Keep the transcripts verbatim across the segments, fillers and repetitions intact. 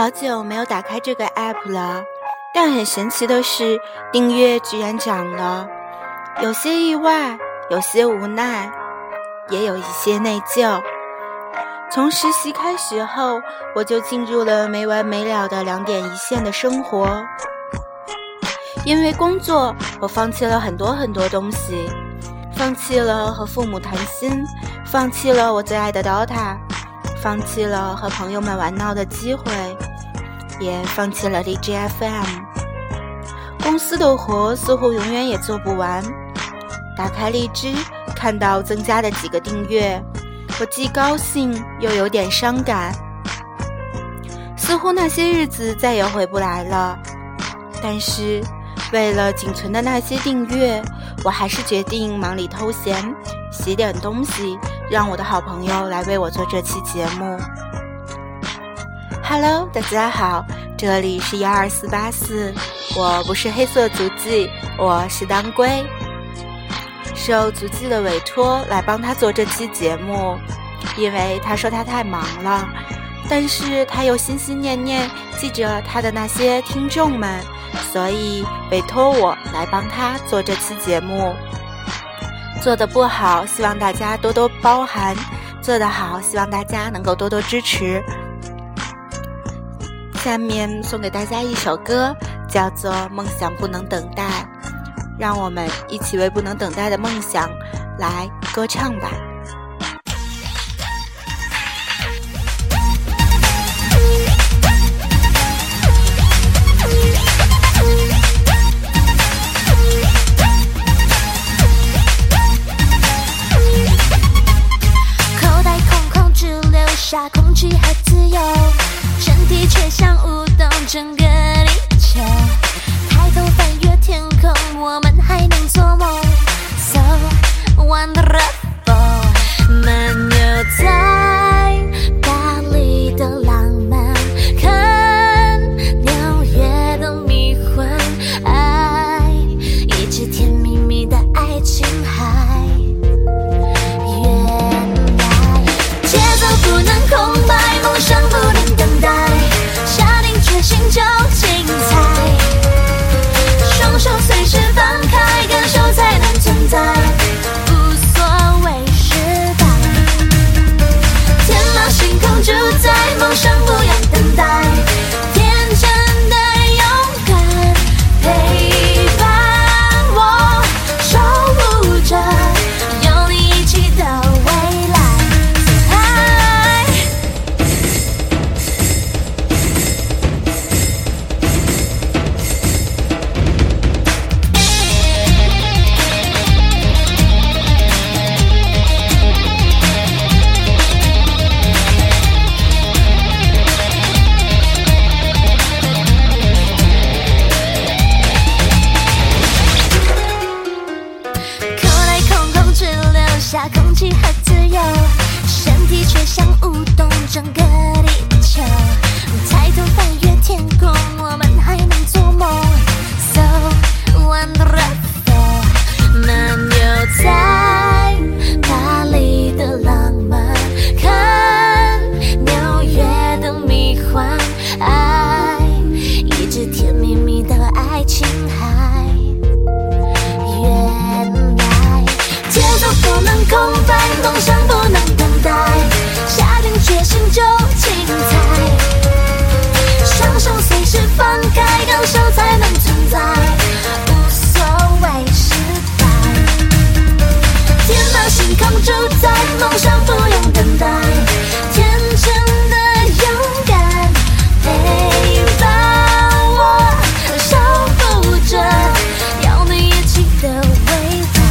好久没有打开这个 app 了，但很神奇的是，订阅居然涨了。有些意外，有些无奈，也有一些内疚。从实习开始后，我就进入了没完没了的两点一线的生活。因为工作，我放弃了很多很多东西，放弃了和父母谈心，放弃了我最爱的 Dota， 放弃了和朋友们玩闹的机会，也放弃了荔枝 F M。 公司的活似乎永远也做不完。打开荔枝，看到增加的几个订阅，我既高兴又有点伤感，似乎那些日子再也回不来了。但是为了仅存的那些订阅，我还是决定忙里偷闲，写点东西，让我的好朋友来为我做这期节目。 Hello， 大家好，这里是一二四八四，我不是黑色足迹，我是当归。受足迹的委托来帮他做这期节目，因为他说他太忙了，但是他又心心念念记着他的那些听众们，所以委托我来帮他做这期节目。做得不好，希望大家多多包涵；做得好，希望大家能够多多支持。下面送给大家一首歌，叫做《梦想不能等待》，让我们一起为不能等待的梦想来歌唱吧。 口袋空空，只留下空气和自由，身体却像舞动整个地球。抬头翻越天空，我们还能做梦 So wonderful， 漫游在大理的浪漫，看纽约的迷幻，爱一直甜蜜蜜的爱情海。原来节奏不能空白，梦想不能等待，下定决心就精彩，双手随时放开，感受才能存在，无所谓失败，天马行空主宰，梦想不用等待，天真的勇敢陪伴我，守护着有你一起的未来。下空气和自由，身体却像舞动整个地球。抬头翻越天空，我们还能做梦 So wonderful， 漫游在大理的浪漫，看纽约的迷幻，爱一直甜蜜蜜的爱情海。原来节奏不能空白，梦想不能等待，下定决心就精彩，双手随时放开，感受才能存在，无所谓失败，天马行空主宰，梦想不用等待，天真的勇敢陪伴我，守护着有你一起的未来。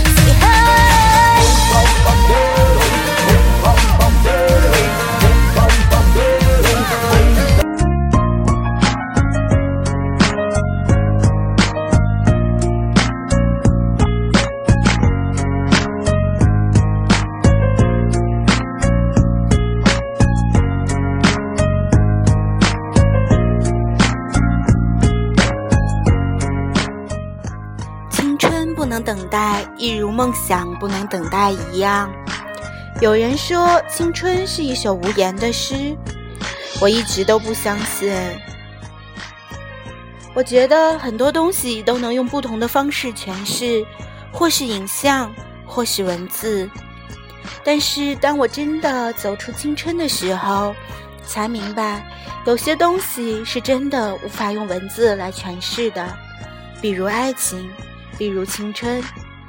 不能等待，一如梦想不能等待一样。有人说青春是一首无言的诗， 我一直都不相信。我觉得很多东西都能用不同的方式诠释，或是影像，或是文字。但是当我真的走出青春的时候，才明白有些东西是真的无法用文字来诠释的，比如爱情，比如青春。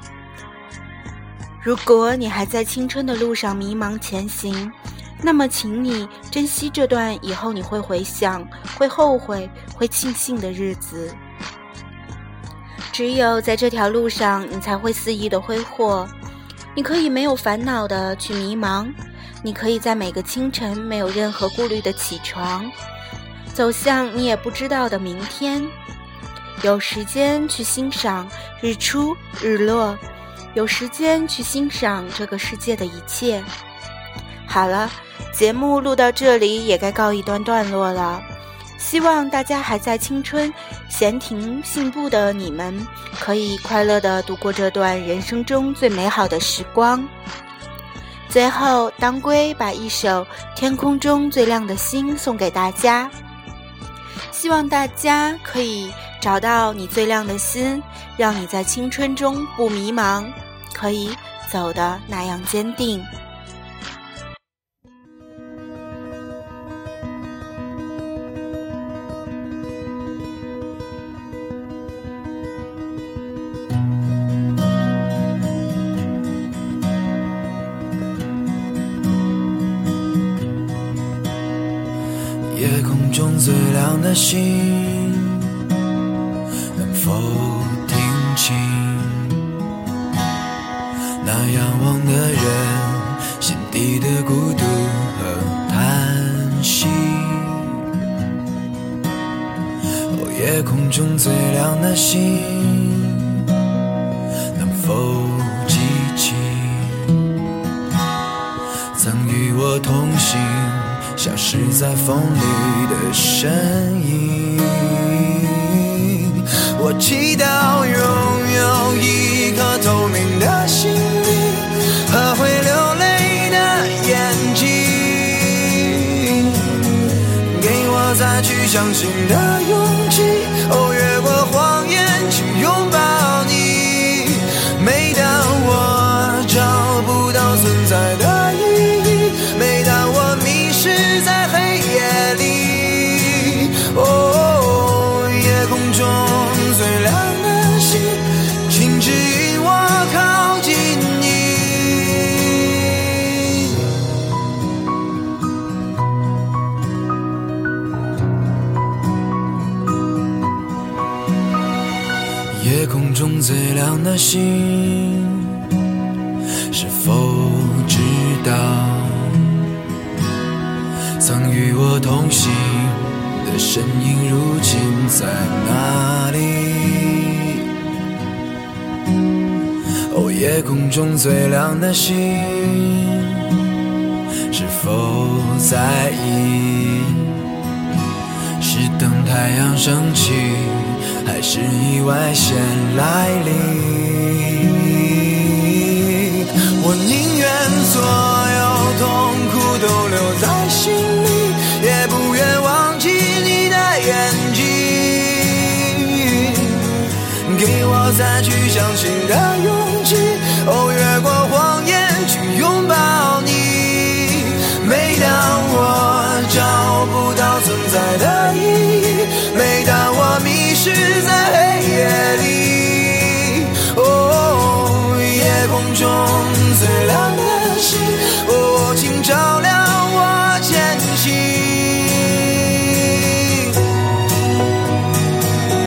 如果你还在青春的路上迷茫前行，那么请你珍惜这段以后你会回想、会后悔、会庆幸的日子。只有在这条路上，你才会肆意的挥霍。你可以没有烦恼的去迷茫，你可以在每个清晨没有任何顾虑的起床，走向你也不知道的明天。有时间去欣赏日出日落，有时间去欣赏这个世界的一切。好了，节目录到这里也该告一段段落了。希望大家还在青春闲庭信步的你们，可以快乐地度过这段人生中最美好的时光。最后，当归把一首《天空中最亮的星》送给大家，希望大家可以找到你最亮的心，让你在青春中不迷茫，可以走得那样坚定。 夜空中最亮的星，能否听清那仰望的人心底的孤独和叹息？哦，夜空中最亮的星，能否记起曾与我同行消失在风里的身影？我祈祷拥有一颗透明的心灵和会流泪的眼睛，给我再去相信的勇气，哦，越过谎言去拥抱你。每当我找不到存在的意义，每当我迷失在黑夜里，哦，夜空中最亮的星，请指引我靠近你。夜空中最亮的星，是否知道曾与我同行的身影如今在哪里？哦，夜空中最亮的星，是否在意？是等太阳升起，还是意外先来临？我宁愿所有痛苦都留在心里，也不愿忘记你的眼睛，给我再去相信的勇气，哦，越过谎言去拥抱你。每当我找不到存在的意义，每当我迷失在